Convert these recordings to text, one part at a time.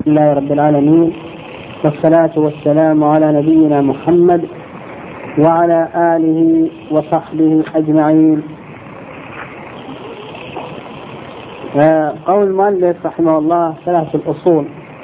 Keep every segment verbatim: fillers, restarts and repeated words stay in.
لله رب العالمين، والصلاة والسلام على نبينا محمد وعلى آله وصحبه أجمعين. قول المؤلف رحمه الله ثلاثة الأصول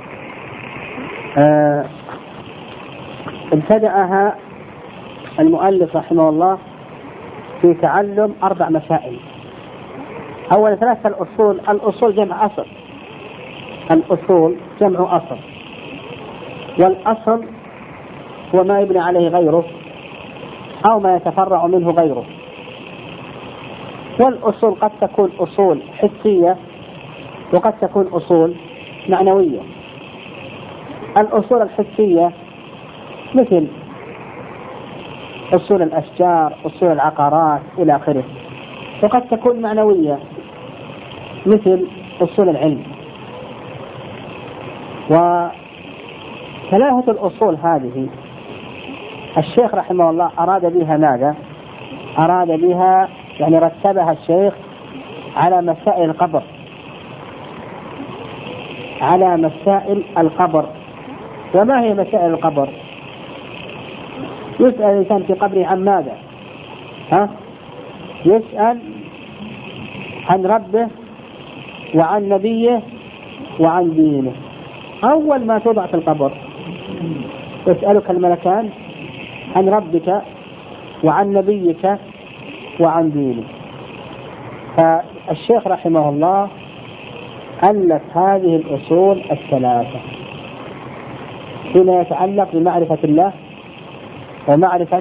ابتدأها المؤلف رحمه الله في تعلم أربع مسائل. أول ثلاثة الأصول، الأصول جمع أصل، الأصول جمع أصل، والأصل هو ما يبني عليه غيره أو ما يتفرع منه غيره. والأصول قد تكون أصول حسية وقد تكون أصول معنوية. الأصول الحسية مثل أصول الأشجار، أصول العقارات إلى آخره، وقد تكون معنوية مثل أصول العلم. وثلاثة الأصول هذه الشيخ رحمه الله أراد بها ماذا؟ أراد بها يعني رتبها الشيخ على مسائل القبر، على مسائل القبر. وما هي مسائل القبر؟ يسأل الإنسان في قبره عن ماذا؟ ها؟ يسأل عن ربه وعن نبيه وعن دينه. أول ما توضع في القبر يسألك الملكان عن ربك وعن نبيك وعن دينك. فالشيخ رحمه الله ألف هذه الأصول الثلاثة فيما يتعلق بمعرفة الله ومعرفة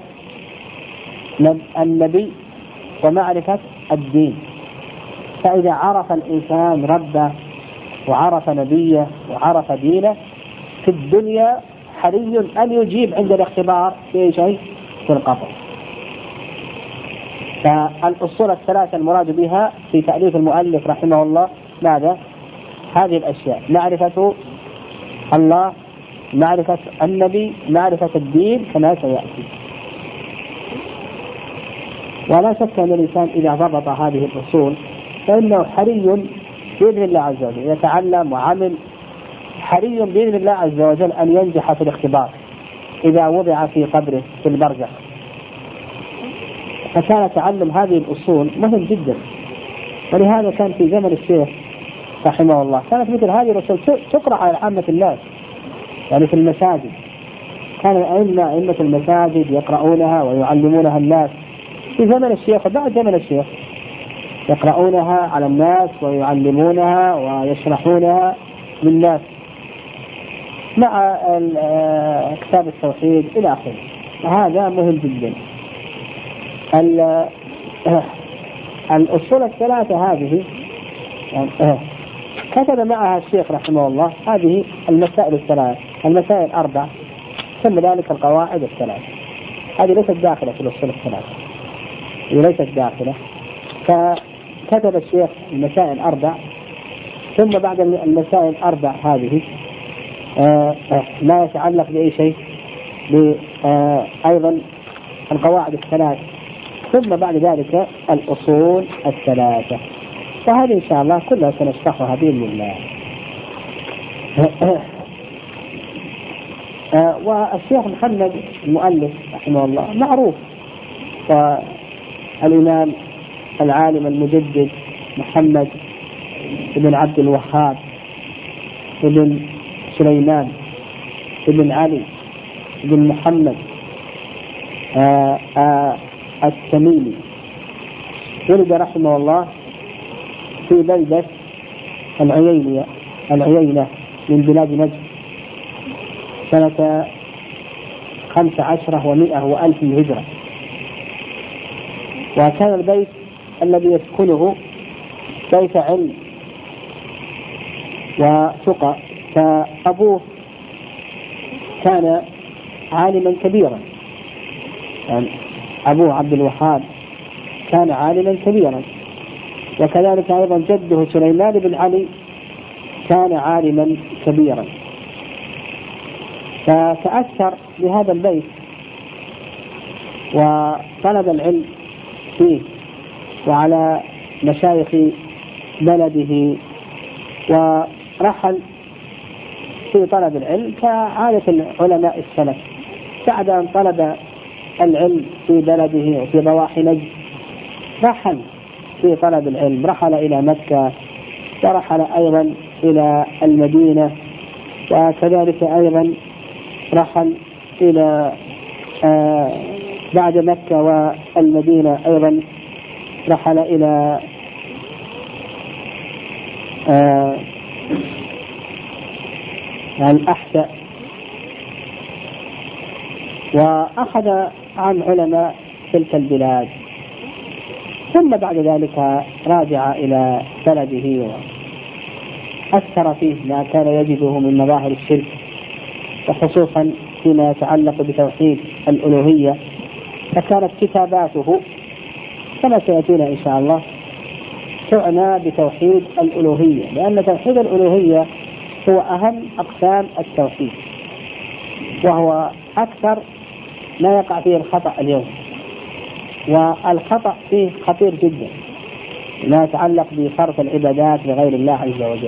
النبي ومعرفة الدين. فإذا عرف الإنسان ربه وعرف نبيه وعرف دينه في الدنيا حري أن يجيب عند الاختبار في شيء في القبر. فالأصول الثلاثة المراد بها في تأليف المؤلف رحمه الله ماذا؟ هذه الأشياء: معرفة الله، معرفة النبي، معرفة الدين، كما سيأتي. ولا شك أن الإنسان إذا ضبط هذه الأصول فإنه حري بإذن الله عز وجل يتعلم وعمل، حري بإذن الله عز وجل أن ينجح في الاختبار إذا وضع في قبره في البرزخ. فكان تعلم هذه الأصول مهم جدا، ولهذا كان في زمن الشيخ رحمه الله كانت مثل هذه الأصول تقرأ على عامة الناس، يعني في المساجد كان الأئمة أئمة المساجد يقرؤونها ويعلمونها الناس في زمن الشيخ وبعد زمن الشيخ، يقرؤونها على الناس ويعلمونها ويشرحونها للناس مع كتاب التوحيد إلى آخره. وهذا مهم جدا. الأصول الثلاثة هذه كتب معها الشيخ رحمه الله هذه المسائل الثلاث، المسائل أربع، ثم ذلك القواعد الثلاث. هذه ليست داخلة في الأصول الثلاثة، هي ليست داخلة. فكتب الشيخ المسائل أربع، ثم بعد المسائل أربع هذه لا يتعلق بأي شيء أيضا القواعد الثلاث، ثم بعد ذلك الأصول الثلاثة. وهذه إن شاء الله كلها سنشرحها بإذن الله. والشيخ محمد المؤلف رحمه الله معروف، والإمام العالم المجدد محمد بن عبد الوهاب بن سليمان بن علي بن محمد آآ آآ التميمي، ولد رحمه الله في بلدة العيينة العيينة من بلاد نجد سنة خمس عشرة ومئة وألف من الهجرة. وكان البيت الذي يسكنه بيت علم وثقة، فأبوه كان عالما كبيرا، يعني أبوه عبد الوهاب كان عالما كبيرا، وكذلك أيضا جده سليمان بن علي كان عالما كبيرا. فتأثر بهذا البيت وطلب العلم فيه وعلى مشايخ بلده، ورحل في طلب العلم كعادة علماء السلف، بعد أن طلب العلم في بلده وفي ضواحي نجد رحل في طلب العلم، رحل إلى مكة ورحل أيضا إلى المدينة، وكذلك أيضا رحل إلى آه بعد مكة والمدينة أيضا رحل إلى آه الأحساء، وأخذ عن علماء تلك البلاد، ثم بعد ذلك راجع إلى بلده وأثر فيه ما كان يجده من مظاهر الشرك، وخصوصا فيما يتعلق بتوحيد الألوهية، فكانت كتاباته كما سيأتينا إن شاء الله تعنى بتوحيد الألوهية، لأن توحيد الألوهية هو أهم أقسام التوحيد، وهو أكثر ما يقع فيه الخطأ اليوم، والخطأ فيه خطير جدا ما يتعلق بصرف العبادات لغير الله عز وجل.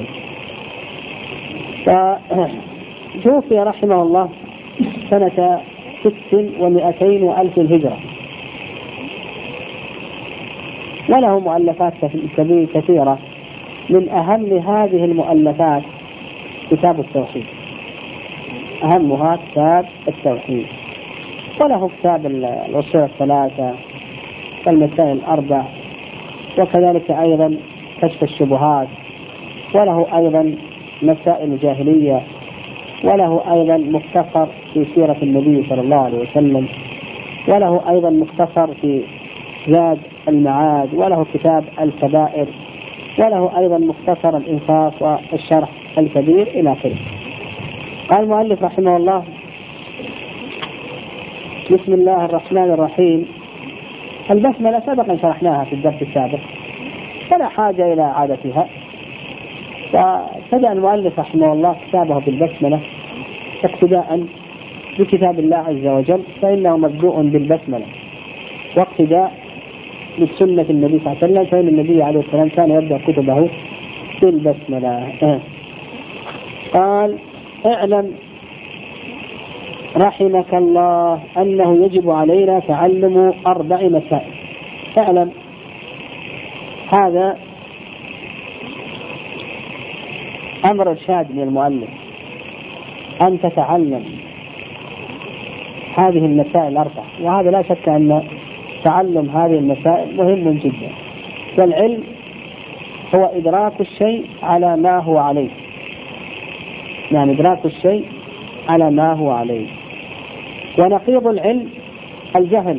فتوفي رحمه الله سنة ست ومئتين وألف الهجرة، وله مؤلفات كثيرة، من أهم هذه المؤلفات كتاب التوحيد، أهمها كتاب التوحيد، وله كتاب الأصول الثلاثة والمسائل الأربع، وكذلك أيضا كشف الشبهات، وله أيضا مسائل الجاهلية، وله أيضا مختصر في سيرة النبي صلى الله عليه وسلم، وله أيضا مختصر في زاد المعاد، وله كتاب الكبائر، وله أيضا مختصر الإنصاف والشرح الكبير إلى آخره. قال المؤلف رحمه الله: بسم الله الرحمن الرحيم. البسملة سبقا شرحناها في الدرس السابق فلا حاجة إلى إعادتها، فبدأ المؤلف رحمه الله كتابه بالبسملة اقتداء بكتاب الله عز وجل، فإنه مبدوء بالبسملة، واقتداء بسنة النبي صلى الله عليه وسلم، فإن النبي عليه السلام كان يبدأ كتبه بالبسملة. قال: اعلم رحمك الله أنه يجب علينا تعلم أربع مسائل. اعلم، هذا أمر إرشاد من المؤلف أن تتعلم هذه المسائل الأربع، وهذا لا شك أن تعلم هذه المسائل مهم جدا. والعلم هو إدراك الشيء على ما هو عليه، يعني إدراك الشيء على ما هو عليه. ونقيض العلم الجهل،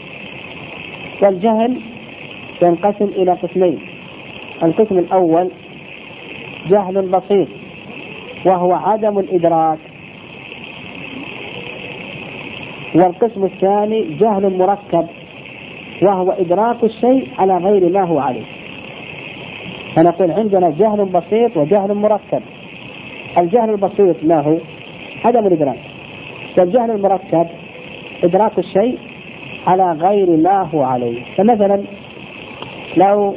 والجهل ينقسم إلى قسمين: القسم الأول جهل بسيط وهو عدم الإدراك، والقسم الثاني جهل مركب وهو إدراك الشيء على غير ما هو عليه. فنقول عندنا جهل بسيط وجهل مركب. الجهل البسيط ما هو؟ عدم الإدراك. والجهل المركب إدراك الشيء على غير ما هو عليه. فمثلا لو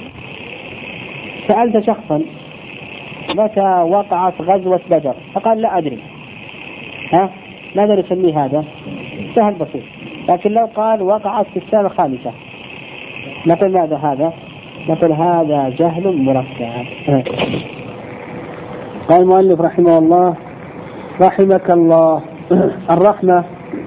سألت شخصا متى وقعت غزوة بدر فقال لا أدري، ها ماذا نسميه هذا؟ سهل بسيط. لكن لو قال وقعت في السنة الخامسة نقول ماذا هذا؟ نقول هذا جهل مركب. قال المؤلف رحمه الله: رحمك الله. الرحمة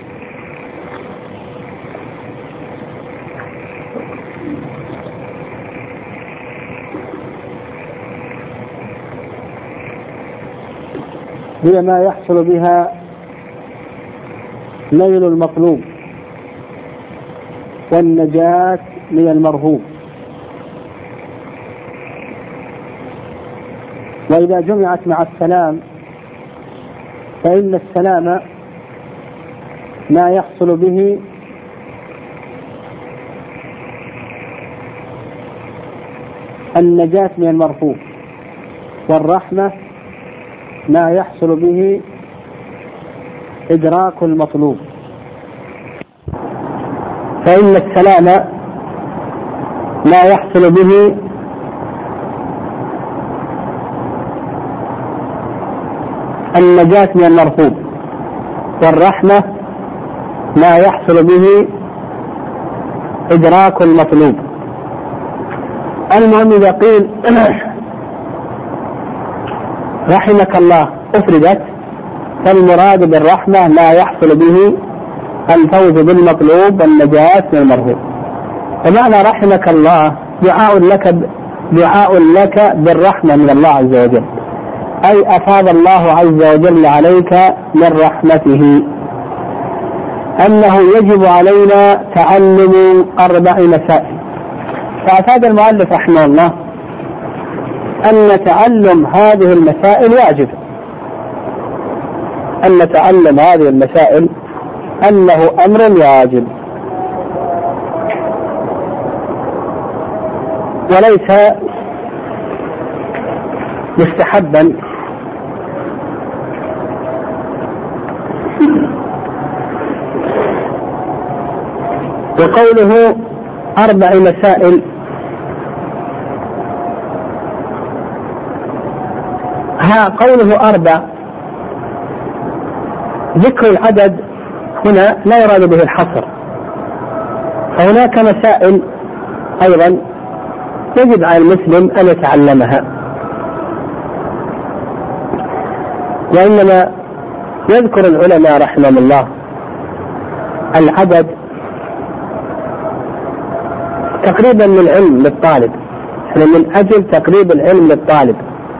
هي ما يحصل بها نيل المطلوب والنجاة من المرهوب. وإذا جمعت مع السلام فإن السلام ما يحصل به النجاة من المرهوب، والرحمة ما يحصل به إدراك المطلوب. فإن السلام ما يحصل به النجاة من المرهوب، والرحمة ما يحصل به إدراك المطلوب. المهم إذا قيل رحمك الله أفردت، فالمراد بالرحمة ما يحصل به الفوز بالمطلوب والنجاة من المرهوب. ومعنى رحمك الله دعاء لك دعاء لك بالرحمة من الله عز وجل، أي أفاض الله عز وجل عليك من رحمته أنه يجب علينا تعلم أربع مسائل. فأفاد المؤلف رحمه الله أن تعلم هذه المسائل واجب، أن تعلم هذه المسائل أنه أمر واجب وليس مستحبا. وقوله أربع مسائل ها قوله أربع، ذكر العدد هنا لا يراد به الحصر، فهناك مسائل أيضا يجب على المسلم أن يتعلمها، وإنما يذكر العلماء رحمهم الله العدد تقريبا من العلم للطالب، من أجل تقريب العلم للطالب،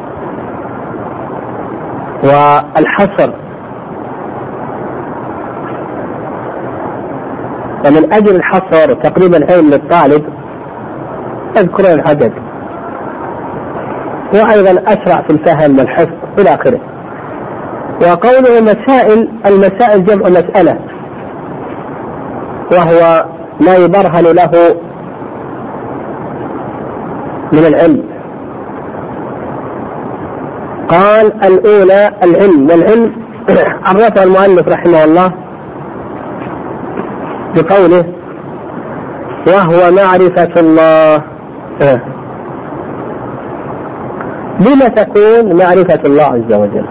والحصر ومن أجل الحصر تقريب العلم للطالب يذكرون العدد، وأيضا أسرع في الفهم والحفظ إلى آخره. وقوله مسائل، المسائل جمع مسألة، وهو ما يبرهن له من العلم. قال الأولى العلم، والعلم عرفه المؤلف رحمه الله بقوله وهو معرفة الله. آه. لما تكون معرفة الله عز وجل؟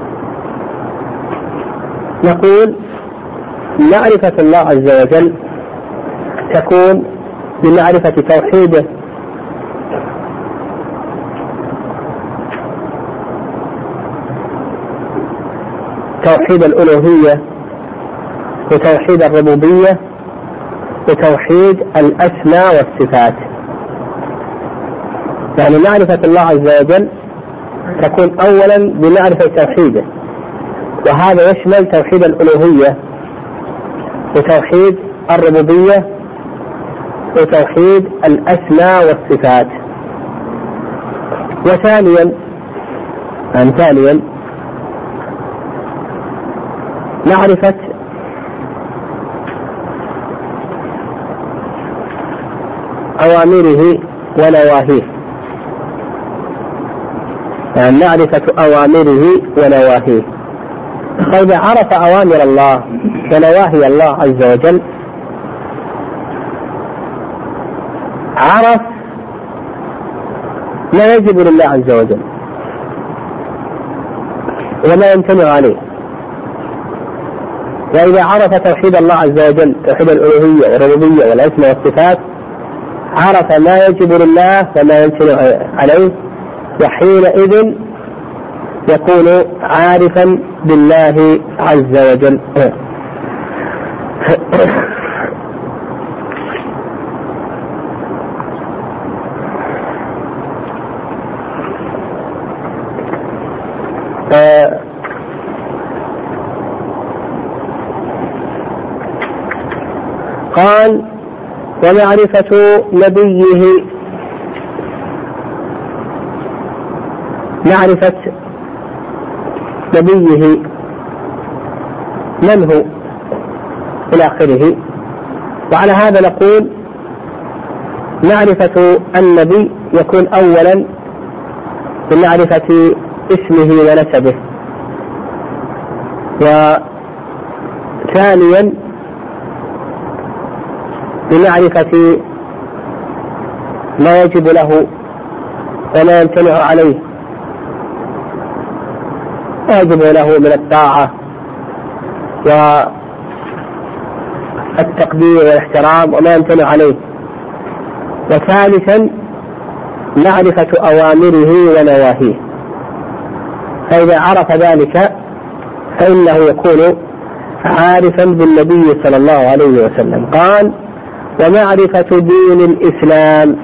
نقول معرفة الله عز وجل تكون بمعرفة توحيده توحيد الألوهية وتوحيد الربوبية وتوحيد الأسماء والصفات. يعني معرفة الله عز وجل تكون أولا بمعرفة توحيده، وهذا يشمل توحيد الألوهية وتوحيد الربوبية وتوحيد الأسماء والصفات. وثانيا عن ثانيا معرفة أوامره ونواهيه، يعني معرفة أوامره ونواهيه. فإذا عرف أوامر الله ونواهي الله عز وجل عرف ما يجب لله عز وجل وما يمتنع عليه. وإذا عرف توحيد الله عز وجل توحيد الألوهية والربوبية والأسماء والصفات عرف ما يجب لله وما يمتنع عليه، وحينئذ يكون عارفا بالله عز وجل. قال ومعرفة نبيه، معرفة نبيه من هو إلى آخره. وعلى هذا نقول معرفة النبي يكون أولا بمعرفة اسمه ونسبه، وثانيا بمعرفة ما يجب له وما يمتنع عليه، يجب له من الطاعة والتقدير والاحترام وما يمتنع عليه. وثالثا معرفة أوامره ونواهيه، فإذا عرف ذلك فإنه يكون عارفا بالنبي صلى الله عليه وسلم. قال: ومعرفة دين الإسلام.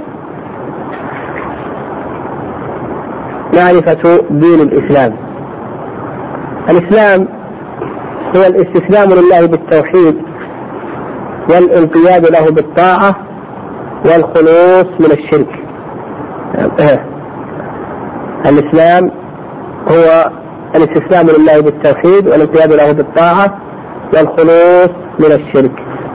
معرفة دين الإسلام، الإسلام هو الاستسلام لله بالتوحيد والانقياد له بالطاعة والخلوص من الشرك. الإسلام هو الاستسلام لله بالتوحيد والانقياد له بالطاعة والخلوص من الشرك.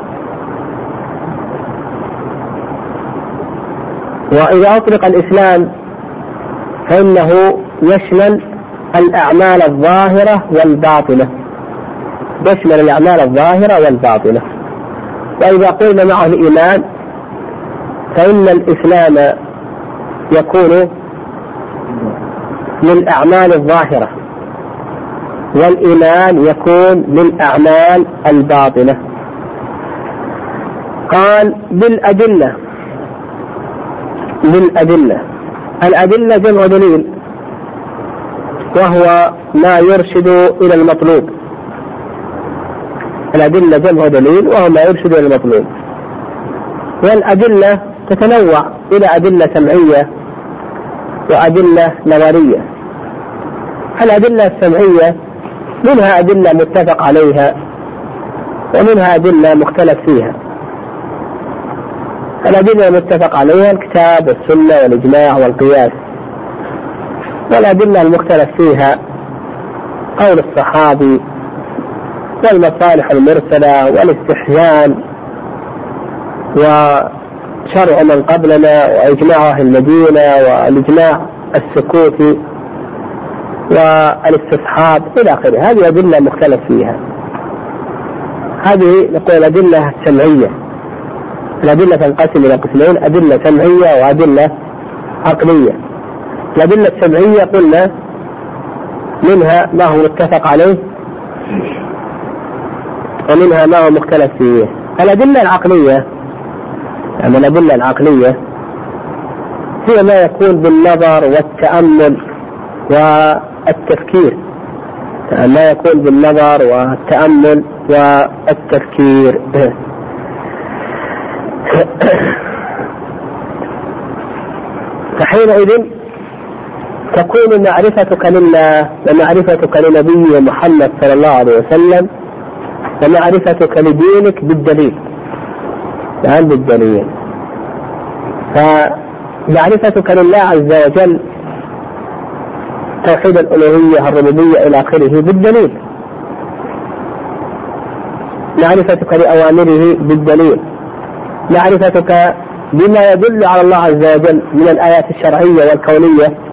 وإذا أطلق الإسلام فإنه يشمل الأعمال الظاهرة والباطنة، يشمل الأعمال الظاهرة والباطنة. وإذا قلنا معه الإيمان فإن الإسلام يكون للأعمال الظاهرة والإيمان يكون للأعمال الباطنة. قال: بالأدلة. بالأدلة، الأدلة جمع دليل، وهو ما يرشد إلى المطلوب. الأدلة جمع دليل وهو ما يرشد إلى المطلوب. والأدلة تتنوع إلى أدلة سمعية وأدلة نظرية. الأدلة السمعية منها أدلة متفق عليها ومنها أدلة مختلف فيها. الأدلة المتفق عليها الكتاب والسنة والإجماع والقياس، والأدلة المختلف فيها قول الصحابي والمصالح المرسلة والاستحسان وشرع من قبلنا وإجماع أهل المدينة والإجماع السكوتي والاستصحاب إلى آخره. هذه أدلة مختلف فيها. هذه نقول الأدلة السمعية. الأدلة تنقسم إلى قسمين: أدلة سمعية وأدلة عقلية. الأدلة السمعية قلنا منها ما هو متفق عليه ومنها ما هو مختلف فيه. الأدلة العقلية، يعني الأدلة العقلية هي ما يكون بالنظر والتأمل والتفكير، ما يكون بالنظر والتأمل والتفكير. فحينئذ تكون معرفتك لله ومعرفتك لنبي محمد صلى الله عليه وسلم ومعرفتك لدينك بالدليل، يعني بالدليل. فمعرفتك لله عز وجل توحيد الألوهية الربوبية إلى آخره بالدليل، معرفتك لأوامره بالدليل، معرفتك بما يدل على الله عز وجل من الآيات الشرعية والكونية